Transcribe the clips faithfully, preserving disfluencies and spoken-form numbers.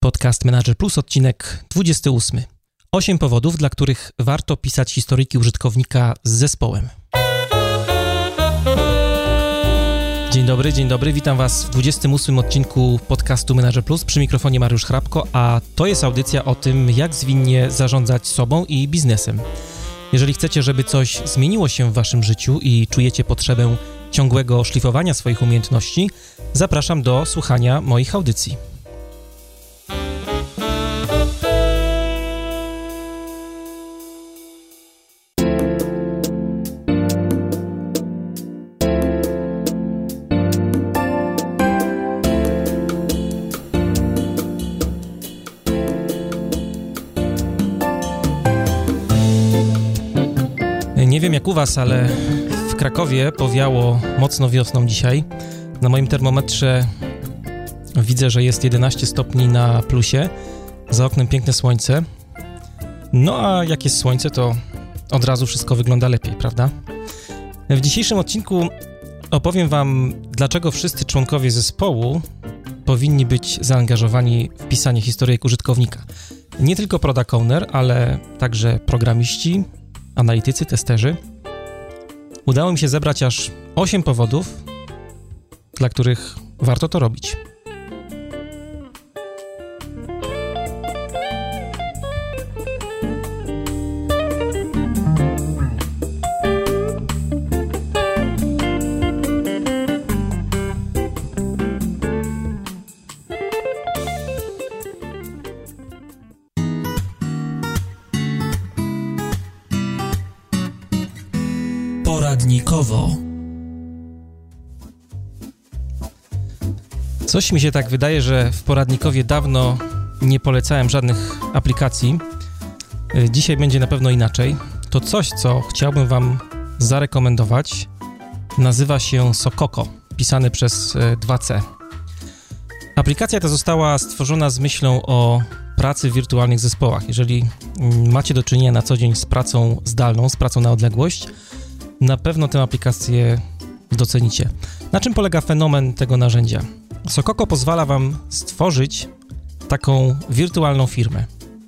Podcast Manager Plus, odcinek dwudziesty ósmy. Osiem powodów, dla których warto pisać historyjki użytkownika z zespołem. Dzień dobry, dzień dobry. Witam Was w dwudziestym ósmym odcinku podcastu Manager Plus. Przy mikrofonie Mariusz Hrabko, a to jest audycja o tym, jak zwinnie zarządzać sobą i biznesem. Jeżeli chcecie, żeby coś zmieniło się w Waszym życiu i czujecie potrzebę ciągłego szlifowania swoich umiejętności, zapraszam do słuchania moich audycji. Nie wiem jak u Was, ale w Krakowie powiało mocno wiosną dzisiaj. Na moim termometrze widzę, że jest jedenaście stopni na plusie. Za oknem piękne słońce. No a jak jest słońce, to od razu wszystko wygląda lepiej, prawda? W dzisiejszym odcinku opowiem Wam, dlaczego wszyscy członkowie zespołu powinni być zaangażowani w pisanie historyjek użytkownika. Nie tylko product owner, ale także programiści, analitycy, testerzy. Udało mi się zebrać aż osiem powodów, dla których warto to robić. Poradnikowo. Coś mi się tak wydaje, że w poradnikowie dawno nie polecałem żadnych aplikacji. Dzisiaj będzie na pewno inaczej. To coś, co chciałbym Wam zarekomendować, nazywa się Sokoko, pisane przez dwa C. Aplikacja ta została stworzona z myślą o pracy w wirtualnych zespołach. Jeżeli macie do czynienia na co dzień z pracą zdalną, z pracą na odległość, na pewno tę aplikację docenicie. Na czym polega fenomen tego narzędzia? Sokoko pozwala Wam stworzyć taką wirtualną firmę.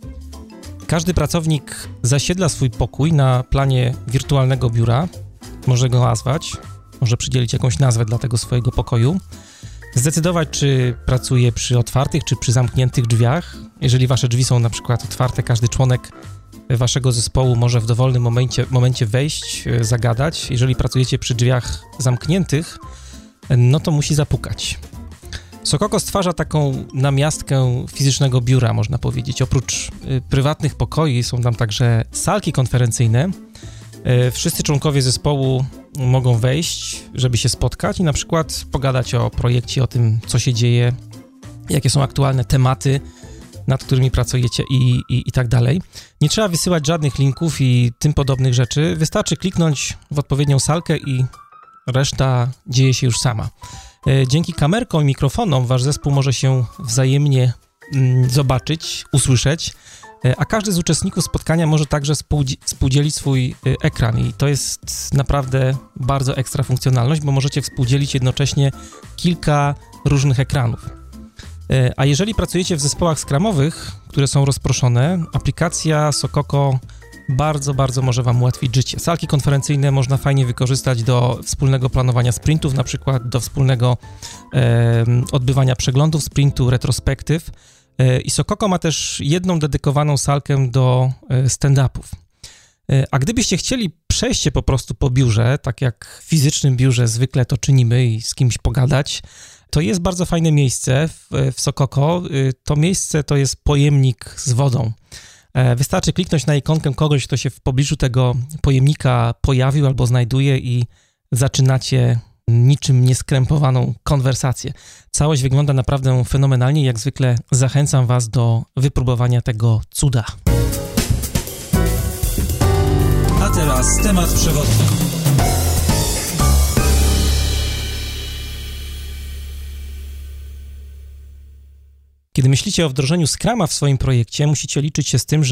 Każdy pracownik zasiedla swój pokój na planie wirtualnego biura, może go nazwać, może przydzielić jakąś nazwę dla tego swojego pokoju, zdecydować, czy pracuje przy otwartych, czy przy zamkniętych drzwiach. Jeżeli Wasze drzwi są na przykład otwarte, każdy członek Waszego zespołu może w dowolnym momencie, momencie wejść, zagadać. Jeżeli pracujecie przy drzwiach zamkniętych, no to musi zapukać. Sokoko stwarza taką namiastkę fizycznego biura, można powiedzieć. Oprócz y, prywatnych pokoi są tam także salki konferencyjne. Y, wszyscy członkowie zespołu mogą wejść, żeby się spotkać i na przykład pogadać o projekcie, o tym, co się dzieje, jakie są aktualne tematy, nad którymi pracujecie i, i, i tak dalej. Nie trzeba wysyłać żadnych linków i tym podobnych rzeczy. Wystarczy kliknąć w odpowiednią salkę i reszta dzieje się już sama. Dzięki kamerkom i mikrofonom wasz zespół może się wzajemnie mm, zobaczyć, usłyszeć, a każdy z uczestników spotkania może także współdzi- współdzielić swój y, ekran i to jest naprawdę bardzo ekstra funkcjonalność, bo możecie współdzielić jednocześnie kilka różnych ekranów. A jeżeli pracujecie w zespołach scrumowych, które są rozproszone, aplikacja Sokoko bardzo, bardzo może Wam ułatwić życie. Salki konferencyjne można fajnie wykorzystać do wspólnego planowania sprintów, na przykład do wspólnego e, odbywania przeglądów sprintu, retrospektyw. E, I Sokoko ma też jedną dedykowaną salkę do e, stand-upów. E, a gdybyście chcieli przejść się po prostu po biurze, tak jak w fizycznym biurze zwykle to czynimy i z kimś pogadać, to jest bardzo fajne miejsce w, w Sokoko. To miejsce to jest pojemnik z wodą. Wystarczy kliknąć na ikonkę kogoś, kto się w pobliżu tego pojemnika pojawił albo znajduje i zaczynacie niczym nieskrępowaną konwersację. Całość wygląda naprawdę fenomenalnie i jak zwykle zachęcam Was do wypróbowania tego cuda. A teraz temat przewodni. Kiedy myślicie o wdrożeniu Scruma w swoim projekcie, musicie liczyć się z tym, że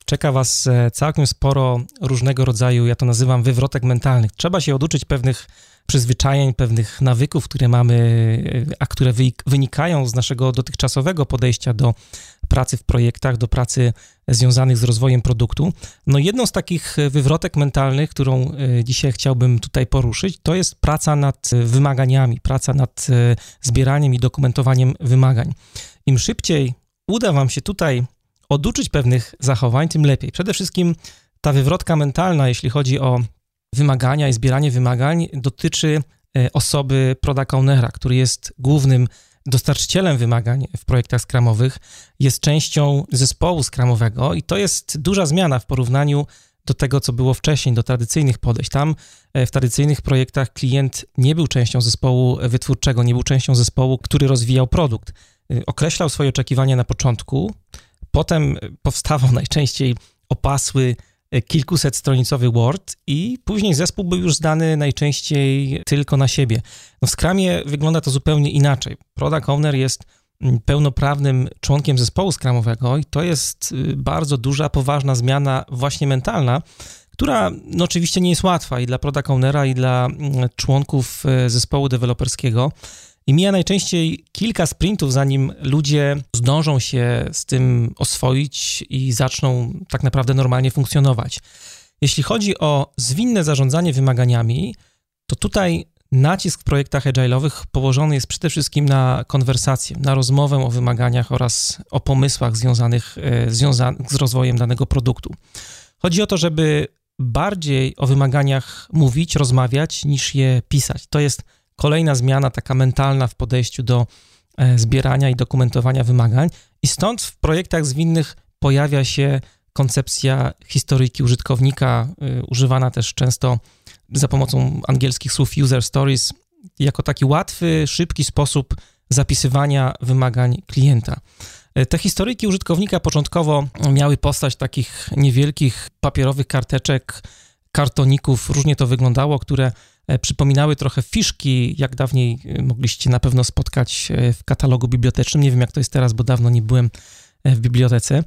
czeka was całkiem sporo różnego rodzaju, ja to nazywam wywrotek mentalnych. Trzeba się oduczyć pewnych przyzwyczajeń, pewnych nawyków, które mamy, a które wynikają z naszego dotychczasowego podejścia do pracy w projektach, do pracy związanych z rozwojem produktu. No jedną z takich wywrotek mentalnych, którą dzisiaj chciałbym tutaj poruszyć, to jest praca nad wymaganiami, praca nad zbieraniem i dokumentowaniem wymagań. Im szybciej uda wam się tutaj oduczyć pewnych zachowań, tym lepiej. Przede wszystkim ta wywrotka mentalna, jeśli chodzi o wymagania i zbieranie wymagań, dotyczy osoby product ownera, który jest głównym dostarczycielem wymagań w projektach scrumowych, jest częścią zespołu scrumowego i to jest duża zmiana w porównaniu do tego, co było wcześniej, do tradycyjnych podejść. Tam w tradycyjnych projektach klient nie był częścią zespołu wytwórczego, nie był częścią zespołu, który rozwijał produkt. Określał swoje oczekiwania na początku, potem powstawał najczęściej opasły kilkusetstronicowy Word i później zespół był już zdany najczęściej tylko na siebie. No w Scrumie wygląda to zupełnie inaczej. Product Owner jest pełnoprawnym członkiem zespołu scrumowego i to jest bardzo duża, poważna zmiana właśnie mentalna, która no oczywiście nie jest łatwa i dla Product Ownera, i dla członków zespołu deweloperskiego. I mija najczęściej kilka sprintów, zanim ludzie zdążą się z tym oswoić i zaczną tak naprawdę normalnie funkcjonować. Jeśli chodzi o zwinne zarządzanie wymaganiami, to tutaj nacisk w projektach agile'owych położony jest przede wszystkim na konwersację, na rozmowę o wymaganiach oraz o pomysłach związanych, związanych z rozwojem danego produktu. Chodzi o to, żeby bardziej o wymaganiach mówić, rozmawiać, niż je pisać. To jest kolejna zmiana taka mentalna w podejściu do zbierania i dokumentowania wymagań i stąd w projektach zwinnych pojawia się koncepcja historyjki użytkownika, używana też często za pomocą angielskich słów user stories, jako taki łatwy, szybki sposób zapisywania wymagań klienta. Te historyjki użytkownika początkowo miały postać takich niewielkich papierowych karteczek, kartoników, różnie to wyglądało, które przypominały trochę fiszki, jak dawniej mogliście na pewno spotkać w katalogu bibliotecznym. Nie wiem, jak to jest teraz, bo dawno nie byłem w bibliotece.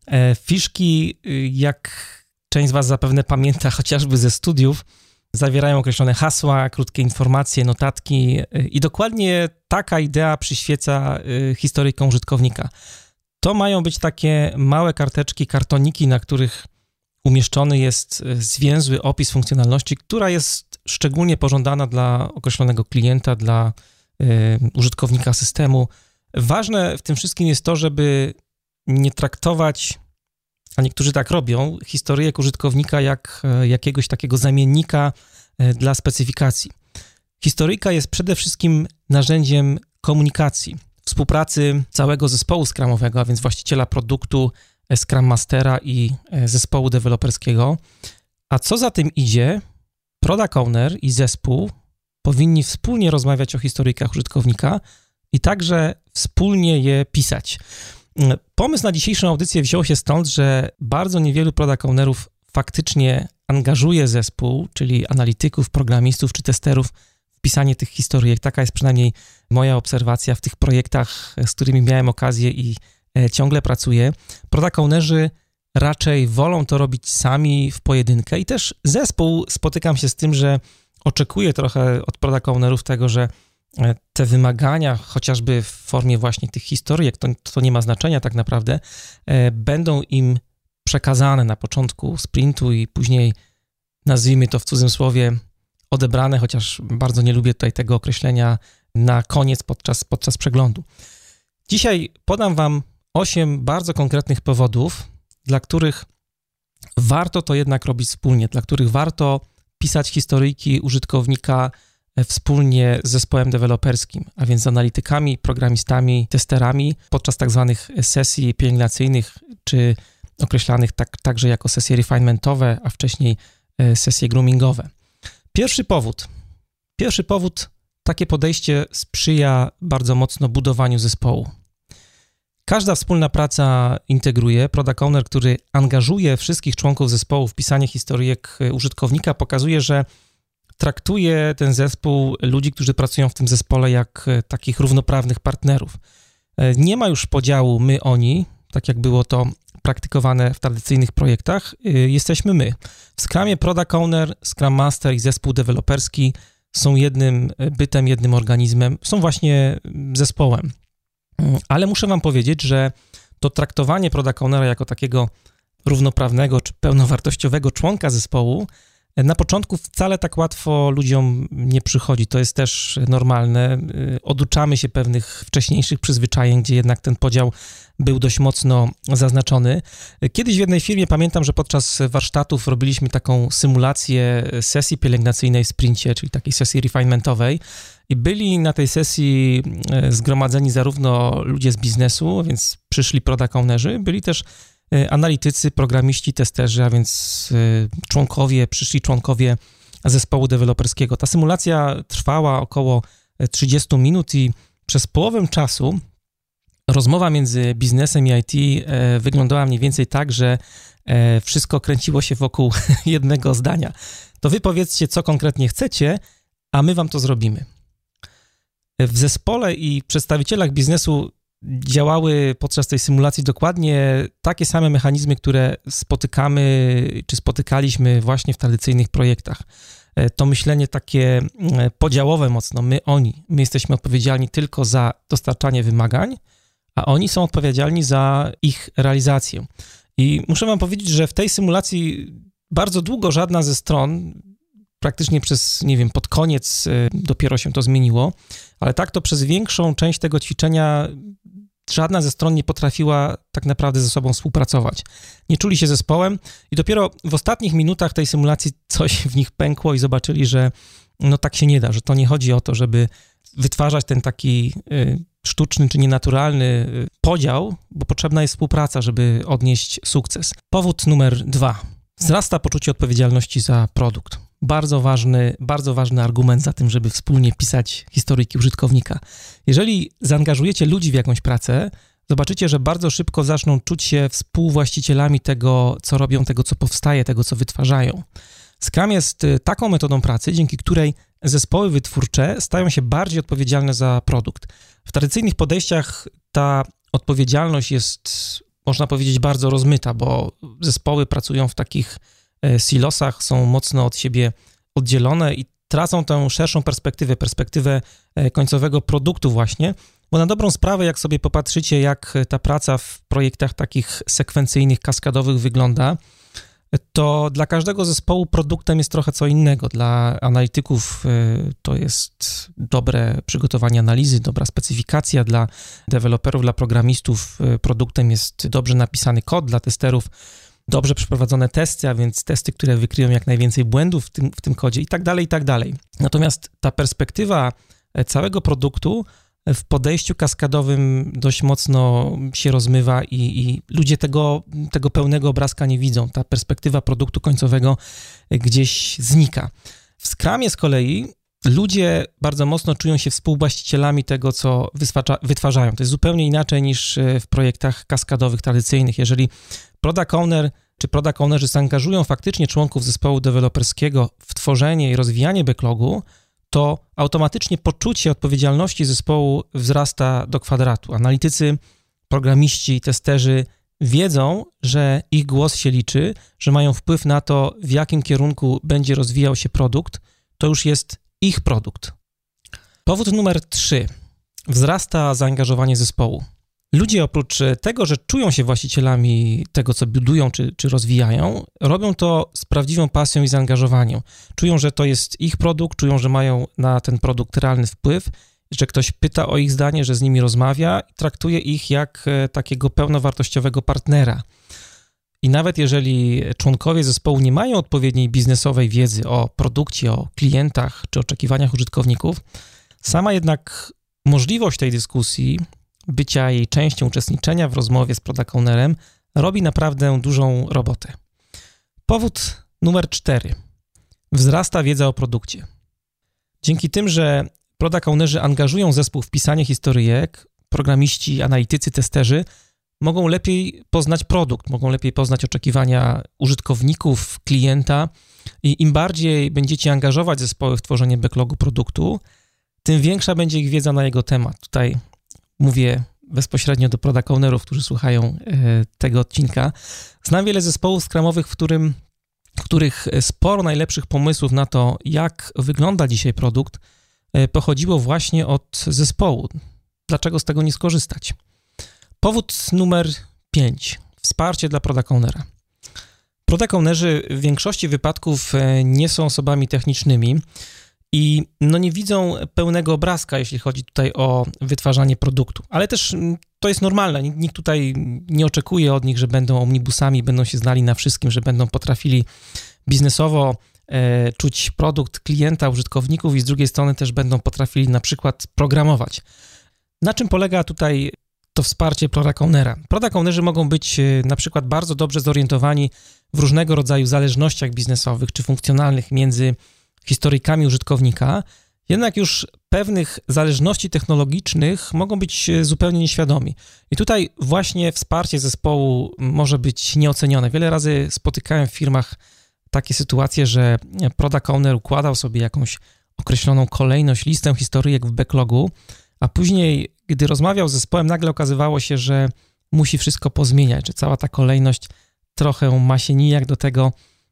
Fiszki, jak część z was zapewne pamięta chociażby ze studiów, zawierają określone hasła, krótkie informacje, notatki i dokładnie taka idea przyświeca historyjkom użytkownika. To mają być takie małe karteczki, kartoniki, na których umieszczony jest zwięzły opis funkcjonalności, która jest szczególnie pożądana dla określonego klienta, dla y, użytkownika systemu. Ważne w tym wszystkim jest to, żeby nie traktować, a niektórzy tak robią, historyjek użytkownika jak jakiegoś takiego zamiennika dla specyfikacji. Historyjka jest przede wszystkim narzędziem komunikacji, współpracy całego zespołu scrumowego, a więc właściciela produktu, Scrum Mastera i zespołu deweloperskiego. A co za tym idzie, Product Owner i zespół powinni wspólnie rozmawiać o historyjkach użytkownika i także wspólnie je pisać. Pomysł na dzisiejszą audycję wziął się stąd, że bardzo niewielu Product Ownerów faktycznie angażuje zespół, czyli analityków, programistów czy testerów w pisanie tych historyjek. Taka jest przynajmniej moja obserwacja w tych projektach, z którymi miałem okazję i ciągle pracuję. Product Ownerzy raczej wolą to robić sami w pojedynkę i też zespół, spotykam się z tym, że oczekuje trochę od Product Ownerów tego, że te wymagania, chociażby w formie właśnie tych historyjek, to, to nie ma znaczenia tak naprawdę, będą im przekazane na początku sprintu i później, nazwijmy to w cudzym słowie, odebrane, chociaż bardzo nie lubię tutaj tego określenia, na koniec podczas, podczas przeglądu. Dzisiaj podam wam osiem bardzo konkretnych powodów, dla których warto to jednak robić wspólnie, dla których warto pisać historyjki użytkownika wspólnie z zespołem deweloperskim, a więc z analitykami, programistami, testerami podczas tak zwanych sesji pielęgnacyjnych, czy określanych tak, także jako sesje refinementowe, a wcześniej sesje groomingowe. Pierwszy powód. Pierwszy powód, takie podejście sprzyja bardzo mocno budowaniu zespołu. Każda wspólna praca integruje. Product Owner, który angażuje wszystkich członków zespołu w pisanie historyjek użytkownika, pokazuje, że traktuje ten zespół, ludzi, którzy pracują w tym zespole, jak takich równoprawnych partnerów. Nie ma już podziału my-oni, tak jak było to praktykowane w tradycyjnych projektach, jesteśmy my. W Scrumie Product Owner, Scrum Master i zespół deweloperski są jednym bytem, jednym organizmem, są właśnie zespołem. Ale muszę wam powiedzieć, że to traktowanie Product Ownera jako takiego równoprawnego czy pełnowartościowego członka zespołu na początku wcale tak łatwo ludziom nie przychodzi. To jest też normalne. Oduczamy się pewnych wcześniejszych przyzwyczajeń, gdzie jednak ten podział był dość mocno zaznaczony. Kiedyś w jednej firmie pamiętam, że podczas warsztatów robiliśmy taką symulację sesji pielęgnacyjnej w sprincie, czyli takiej sesji refinementowej. I byli na tej sesji zgromadzeni zarówno ludzie z biznesu, więc przyszli product ownerzy, byli też analitycy, programiści, testerzy, a więc członkowie, przyszli członkowie zespołu deweloperskiego. Ta symulacja trwała około trzydzieści minut i przez połowę czasu rozmowa między biznesem i I T wyglądała mniej więcej tak, że wszystko kręciło się wokół jednego zdania. To wy powiedzcie, co konkretnie chcecie, a my wam to zrobimy. W zespole i przedstawicielach biznesu działały podczas tej symulacji dokładnie takie same mechanizmy, które spotykamy, czy spotykaliśmy właśnie w tradycyjnych projektach. To myślenie takie podziałowe mocno, my, oni. My jesteśmy odpowiedzialni tylko za dostarczanie wymagań, a oni są odpowiedzialni za ich realizację. I muszę wam powiedzieć, że w tej symulacji bardzo długo żadna ze stron, praktycznie przez, nie wiem, pod koniec dopiero się to zmieniło, ale tak to przez większą część tego ćwiczenia żadna ze stron nie potrafiła tak naprawdę ze sobą współpracować. Nie czuli się zespołem i dopiero w ostatnich minutach tej symulacji coś w nich pękło i zobaczyli, że no tak się nie da, że to nie chodzi o to, żeby wytwarzać ten taki y, sztuczny czy nienaturalny y, podział, bo potrzebna jest współpraca, żeby odnieść sukces. Powód numer dwa. Wzrasta poczucie odpowiedzialności za produkt. Bardzo ważny, bardzo ważny argument za tym, żeby wspólnie pisać historyjki użytkownika. Jeżeli zaangażujecie ludzi w jakąś pracę, zobaczycie, że bardzo szybko zaczną czuć się współwłaścicielami tego, co robią, tego, co powstaje, tego, co wytwarzają. Scrum jest taką metodą pracy, dzięki której zespoły wytwórcze stają się bardziej odpowiedzialne za produkt. W tradycyjnych podejściach ta odpowiedzialność jest, można powiedzieć, bardzo rozmyta, bo zespoły pracują w takich silosach, są mocno od siebie oddzielone i tracą tę szerszą perspektywę, perspektywę końcowego produktu właśnie, bo na dobrą sprawę, jak sobie popatrzycie, jak ta praca w projektach takich sekwencyjnych, kaskadowych wygląda, to dla każdego zespołu produktem jest trochę co innego. Dla analityków to jest dobre przygotowanie analizy, dobra specyfikacja, dla deweloperów, dla programistów produktem jest dobrze napisany kod, dla testerów dobrze przeprowadzone testy, a więc testy, które wykryją jak najwięcej błędów w tym, w tym kodzie i tak dalej, i tak dalej. Natomiast ta perspektywa całego produktu w podejściu kaskadowym dość mocno się rozmywa i, i ludzie tego, tego pełnego obrazka nie widzą. Ta perspektywa produktu końcowego gdzieś znika. W Scrumie z kolei ludzie bardzo mocno czują się współwłaścicielami tego, co wytwarzają. To jest zupełnie inaczej niż w projektach kaskadowych, tradycyjnych. Jeżeli product owner czy product ownerzy zaangażują faktycznie członków zespołu deweloperskiego w tworzenie i rozwijanie backlogu, to automatycznie poczucie odpowiedzialności zespołu wzrasta do kwadratu. Analitycy, programiści, testerzy wiedzą, że ich głos się liczy, że mają wpływ na to, w jakim kierunku będzie rozwijał się produkt. To już jest ich produkt. Powód numer trzy. Wzrasta zaangażowanie zespołu. Ludzie oprócz tego, że czują się właścicielami tego, co budują czy, czy rozwijają, robią to z prawdziwą pasją i zaangażowaniem. Czują, że to jest ich produkt, czują, że mają na ten produkt realny wpływ, że ktoś pyta o ich zdanie, że z nimi rozmawia i traktuje ich jak takiego pełnowartościowego partnera. I nawet jeżeli członkowie zespołu nie mają odpowiedniej biznesowej wiedzy o produkcie, o klientach czy oczekiwaniach użytkowników, sama jednak możliwość tej dyskusji, bycia jej częścią, uczestniczenia w rozmowie z product ownerem robi naprawdę dużą robotę. Powód numer cztery. Wzrasta wiedza o produkcie. Dzięki tym, że product ownerzy angażują zespół w pisanie historyjek, programiści, analitycy, testerzy mogą lepiej poznać produkt, mogą lepiej poznać oczekiwania użytkowników, klienta i im bardziej będziecie angażować zespoły w tworzenie backlogu produktu, tym większa będzie ich wiedza na jego temat. Tutaj mówię bezpośrednio do product ownerów, którzy słuchają tego odcinka. Znam wiele zespołów scrumowych, w którym, w których sporo najlepszych pomysłów na to, jak wygląda dzisiaj produkt, pochodziło właśnie od zespołu. Dlaczego z tego nie skorzystać? Powód numer pięć. Wsparcie dla product ownera. Product ownerzy w większości wypadków nie są osobami technicznymi i no nie widzą pełnego obrazka, jeśli chodzi tutaj o wytwarzanie produktu. Ale też to jest normalne. Nikt tutaj nie oczekuje od nich, że będą omnibusami, będą się znali na wszystkim, że będą potrafili biznesowo e, czuć produkt klienta, użytkowników i z drugiej strony też będą potrafili na przykład programować. Na czym polega tutaj to wsparcie product ownera? Product ownerzy mogą być na przykład bardzo dobrze zorientowani w różnego rodzaju zależnościach biznesowych czy funkcjonalnych między historykami użytkownika, jednak już pewnych zależności technologicznych mogą być zupełnie nieświadomi. I tutaj właśnie wsparcie zespołu może być nieocenione. Wiele razy spotykałem w firmach takie sytuacje, że product owner układał sobie jakąś określoną kolejność, listę historyjek w backlogu, a później, gdy rozmawiał z zespołem, nagle okazywało się, że musi wszystko pozmieniać, że cała ta kolejność trochę ma się nijak do tego,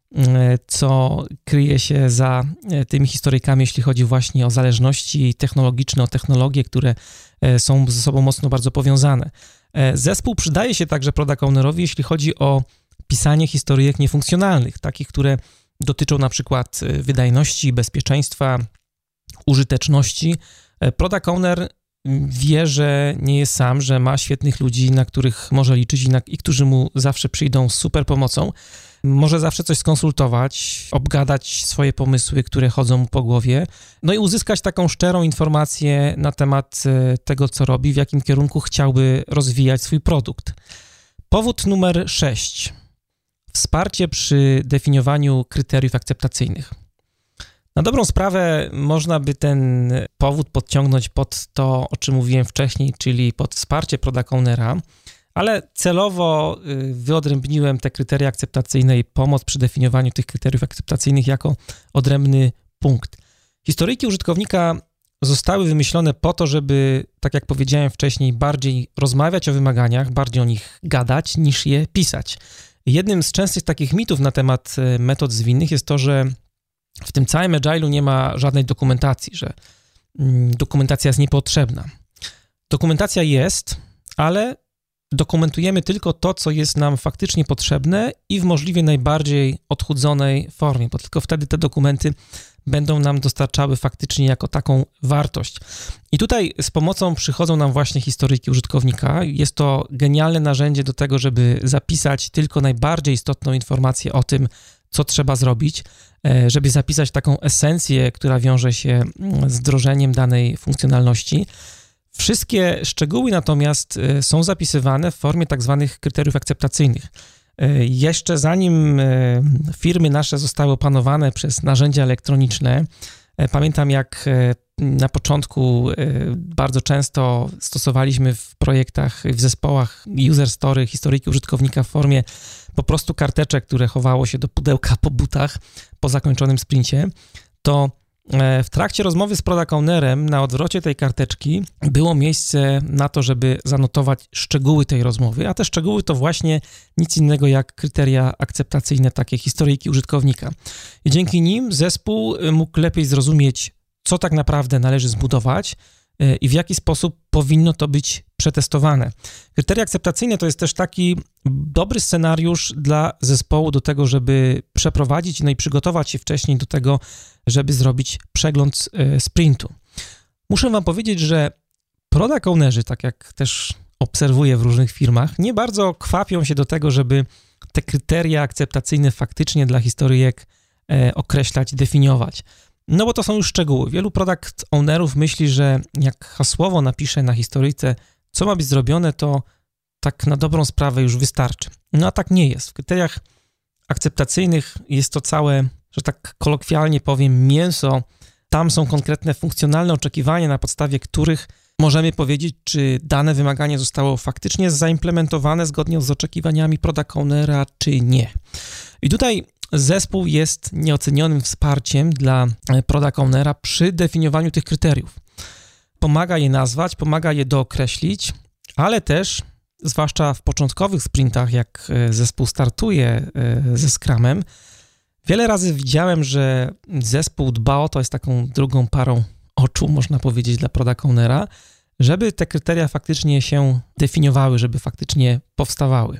co kryje się za tymi historykami, jeśli chodzi właśnie o zależności technologiczne, o technologie, które są ze sobą mocno bardzo powiązane. Zespół przydaje się także product ownerowi, jeśli chodzi o pisanie historyjek niefunkcjonalnych, takich, które dotyczą na przykład wydajności, bezpieczeństwa, użyteczności. Product owner wie, że nie jest sam, że ma świetnych ludzi, na których może liczyć i, na, i którzy mu zawsze przyjdą z super pomocą. Może zawsze coś skonsultować, obgadać swoje pomysły, które chodzą mu po głowie, no i uzyskać taką szczerą informację na temat tego, co robi, w jakim kierunku chciałby rozwijać swój produkt. Powód numer sześć. Wsparcie przy definiowaniu kryteriów akceptacyjnych. Na dobrą sprawę można by ten powód podciągnąć pod to, o czym mówiłem wcześniej, czyli pod wsparcie product ownera, ale celowo wyodrębniłem te kryteria akceptacyjne i pomoc przy definiowaniu tych kryteriów akceptacyjnych jako odrębny punkt. Historyjki użytkownika zostały wymyślone po to, żeby, tak jak powiedziałem wcześniej, bardziej rozmawiać o wymaganiach, bardziej o nich gadać, niż je pisać. Jednym z częstych takich mitów na temat metod zwinnych jest to, że w tym całym agile'u nie ma żadnej dokumentacji, że dokumentacja jest niepotrzebna. Dokumentacja jest, ale dokumentujemy tylko to, co jest nam faktycznie potrzebne i w możliwie najbardziej odchudzonej formie, bo tylko wtedy te dokumenty będą nam dostarczały faktycznie jako taką wartość. I tutaj z pomocą przychodzą nam właśnie historyjki użytkownika. Jest to genialne narzędzie do tego, żeby zapisać tylko najbardziej istotną informację o tym, co trzeba zrobić, żeby zapisać taką esencję, która wiąże się z wdrożeniem danej funkcjonalności. Wszystkie szczegóły natomiast są zapisywane w formie tak zwanych kryteriów akceptacyjnych. Jeszcze zanim firmy nasze zostały opanowane przez narzędzia elektroniczne, pamiętam jak na początku bardzo często stosowaliśmy w projektach, w zespołach user story, historyjki użytkownika w formie po prostu karteczek, które chowało się do pudełka po butach po zakończonym sprincie, to w trakcie rozmowy z product ownerem na odwrocie tej karteczki było miejsce na to, żeby zanotować szczegóły tej rozmowy, a te szczegóły to właśnie nic innego jak kryteria akceptacyjne, takie historyjki użytkownika. I dzięki nim zespół mógł lepiej zrozumieć, co tak naprawdę należy zbudować i w jaki sposób powinno to być przetestowane. Kryteria akceptacyjne to jest też taki dobry scenariusz dla zespołu do tego, żeby przeprowadzić, no i przygotować się wcześniej do tego, żeby zrobić przegląd sprintu. Muszę wam powiedzieć, że product ownerzy, tak jak też obserwuję w różnych firmach, nie bardzo kwapią się do tego, żeby te kryteria akceptacyjne faktycznie dla historyjek określać, definiować. No bo to są już szczegóły. Wielu product ownerów myśli, że jak hasłowo napiszę na historyjce, co ma być zrobione, to tak na dobrą sprawę już wystarczy. No a tak nie jest. W kryteriach akceptacyjnych jest to całe, że tak kolokwialnie powiem, mięso. Tam są konkretne funkcjonalne oczekiwania, na podstawie których możemy powiedzieć, czy dane wymaganie zostało faktycznie zaimplementowane zgodnie z oczekiwaniami product ownera, czy nie. I tutaj zespół jest nieocenionym wsparciem dla product ownera przy definiowaniu tych kryteriów. Pomaga je nazwać, pomaga je dookreślić, ale też, zwłaszcza w początkowych sprintach, jak zespół startuje ze Scrumem, wiele razy widziałem, że zespół dba o to, jest taką drugą parą oczu, można powiedzieć, dla product ownera, żeby te kryteria faktycznie się definiowały, żeby faktycznie powstawały.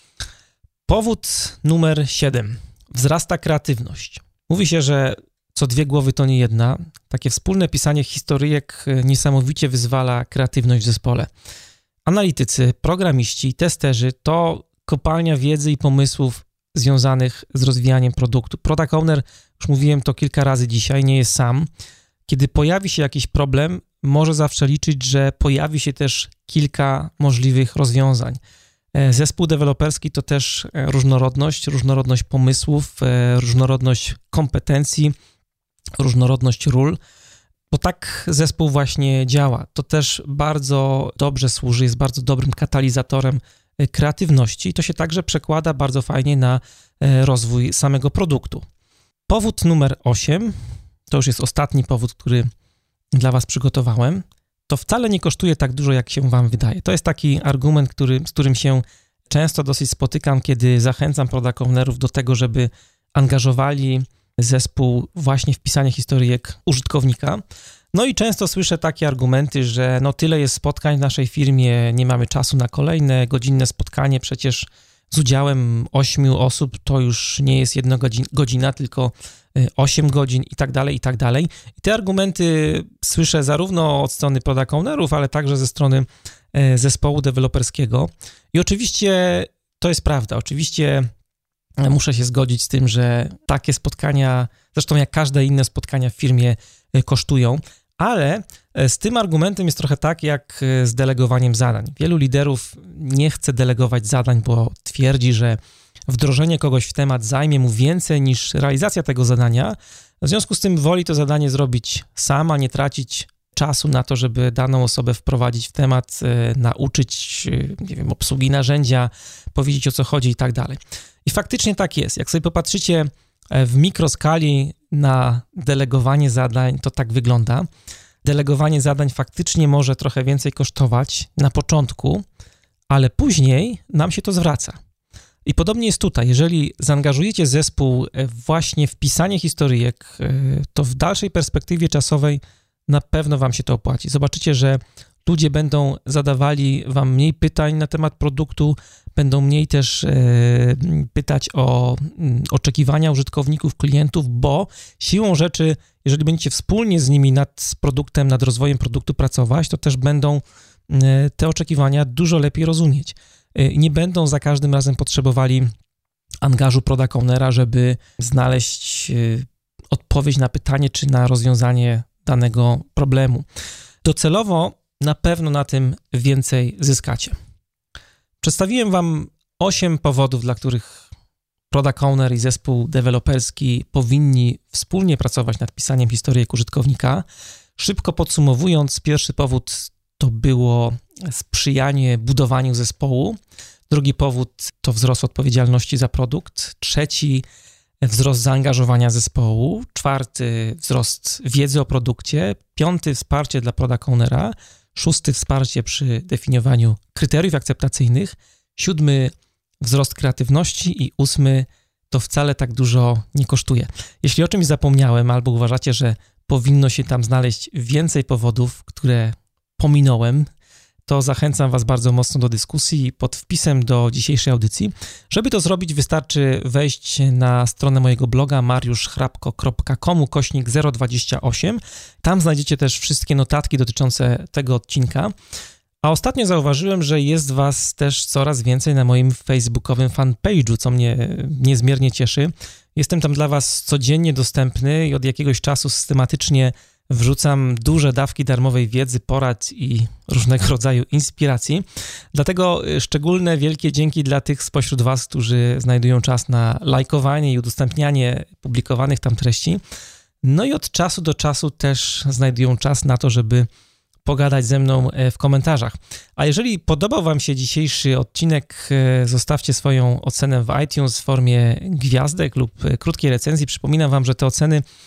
Powód numer siedem. Wzrasta kreatywność. Mówi się, że co dwie głowy to nie jedna. Takie wspólne pisanie historyjek niesamowicie wyzwala kreatywność w zespole. Analitycy, programiści, testerzy to kopalnia wiedzy i pomysłów związanych z rozwijaniem produktu. Product owner, już mówiłem to kilka razy dzisiaj, nie jest sam. Kiedy pojawi się jakiś problem, może zawsze liczyć, że pojawi się też kilka możliwych rozwiązań. Zespół deweloperski to też różnorodność, różnorodność pomysłów, różnorodność kompetencji, różnorodność ról, bo tak zespół właśnie działa. To też bardzo dobrze służy, jest bardzo dobrym katalizatorem kreatywności i to się także przekłada bardzo fajnie na rozwój samego produktu. Powód numer osiem, to już jest ostatni powód, który dla Was przygotowałem, to wcale nie kosztuje tak dużo, jak się Wam wydaje. To jest taki argument, który, z którym się często dosyć spotykam, kiedy zachęcam product ownerów do tego, żeby angażowali zespół właśnie w pisanie historyjek użytkownika. No i często słyszę takie argumenty, że no tyle jest spotkań w naszej firmie, nie mamy czasu na kolejne godzinne spotkanie, przecież z udziałem ośmiu osób to już nie jest jedna godzina, tylko osiem godzin i tak dalej, i tak dalej. I te argumenty słyszę zarówno od strony product ownerów, ale także ze strony zespołu deweloperskiego. I oczywiście to jest prawda. Oczywiście muszę się zgodzić z tym, że takie spotkania, zresztą jak każde inne spotkania w firmie, kosztują, ale z tym argumentem jest trochę tak jak z delegowaniem zadań. Wielu liderów nie chce delegować zadań, bo twierdzi, że wdrożenie kogoś w temat zajmie mu więcej niż realizacja tego zadania. W związku z tym woli to zadanie zrobić sam, a nie tracić czasu na to, żeby daną osobę wprowadzić w temat, nauczyć, nie wiem, obsługi narzędzia, powiedzieć o co chodzi i tak dalej. I faktycznie tak jest. Jak sobie popatrzycie w mikroskali na delegowanie zadań, to tak wygląda. Delegowanie zadań faktycznie może trochę więcej kosztować na początku, ale później nam się to zwraca. I podobnie jest tutaj. Jeżeli zaangażujecie zespół właśnie w pisanie historyjek, to w dalszej perspektywie czasowej na pewno wam się to opłaci. Zobaczycie, że ludzie będą zadawali wam mniej pytań na temat produktu, będą mniej też e, pytać o m, oczekiwania użytkowników, klientów, bo siłą rzeczy, jeżeli będziecie wspólnie z nimi nad produktem, nad rozwojem produktu pracować, to też będą e, te oczekiwania dużo lepiej rozumieć. E, nie będą za każdym razem potrzebowali angażu product ownera, żeby znaleźć e, odpowiedź na pytanie czy na rozwiązanie danego problemu. Docelowo na pewno na tym więcej zyskacie. Przedstawiłem wam osiem powodów, dla których product owner i zespół deweloperski powinni wspólnie pracować nad pisaniem historyjek użytkownika. Szybko podsumowując, pierwszy powód to było sprzyjanie budowaniu zespołu. Drugi powód to wzrost odpowiedzialności za produkt. Trzeci wzrost zaangażowania zespołu. Czwarty wzrost wiedzy o produkcie. Piąty wsparcie dla product ownera. Szósty wsparcie przy definiowaniu kryteriów akceptacyjnych. Siódmy wzrost kreatywności i ósmy to wcale tak dużo nie kosztuje. Jeśli o czymś zapomniałem albo uważacie, że powinno się tam znaleźć więcej powodów, które pominąłem, to zachęcam was bardzo mocno do dyskusji pod wpisem do dzisiejszej audycji. Żeby to zrobić, wystarczy wejść na stronę mojego bloga mariuszchrapko kropka com kośnik zero dwadzieścia osiem. Tam znajdziecie też wszystkie notatki dotyczące tego odcinka. A ostatnio zauważyłem, że jest was też coraz więcej na moim facebookowym fanpage'u, co mnie niezmiernie cieszy. Jestem tam dla was codziennie dostępny i od jakiegoś czasu systematycznie wrzucam duże dawki darmowej wiedzy, porad i różnego rodzaju inspiracji. Dlatego szczególne wielkie dzięki dla tych spośród was, którzy znajdują czas na lajkowanie i udostępnianie publikowanych tam treści. No i od czasu do czasu też znajdują czas na to, żeby pogadać ze mną w komentarzach. A jeżeli podobał wam się dzisiejszy odcinek, zostawcie swoją ocenę w iTunes w formie gwiazdek lub krótkiej recenzji. Przypominam wam, że te oceny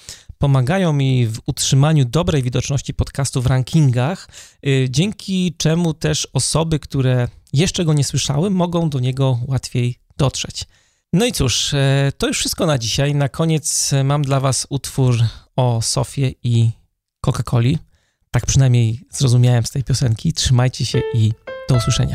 pomagają mi w utrzymaniu dobrej widoczności podcastu w rankingach, dzięki czemu też osoby, które jeszcze go nie słyszały, mogą do niego łatwiej dotrzeć. No i cóż, to już wszystko na dzisiaj. Na koniec mam dla was utwór o Sofie i Coca-Coli. Tak przynajmniej zrozumiałem z tej piosenki. Trzymajcie się i do usłyszenia.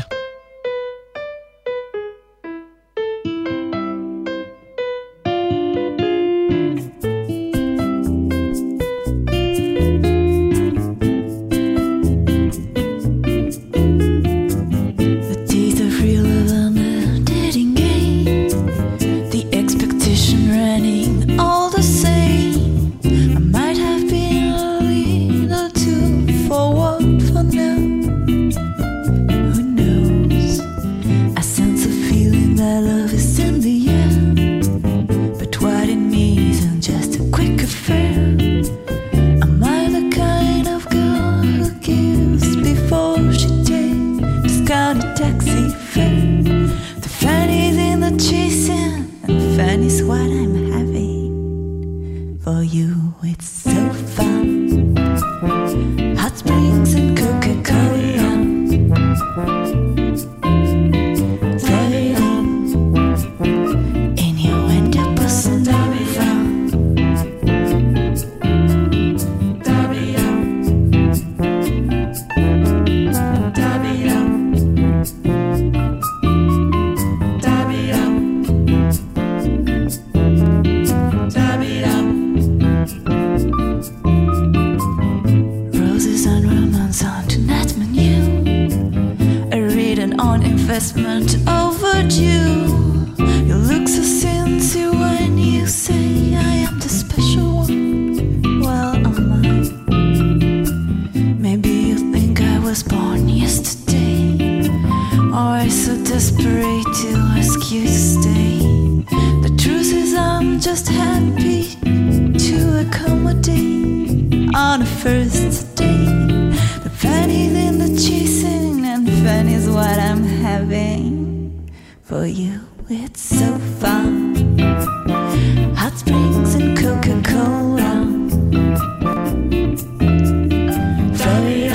For you, it's so fun. Hot springs and Coca-Cola. For you.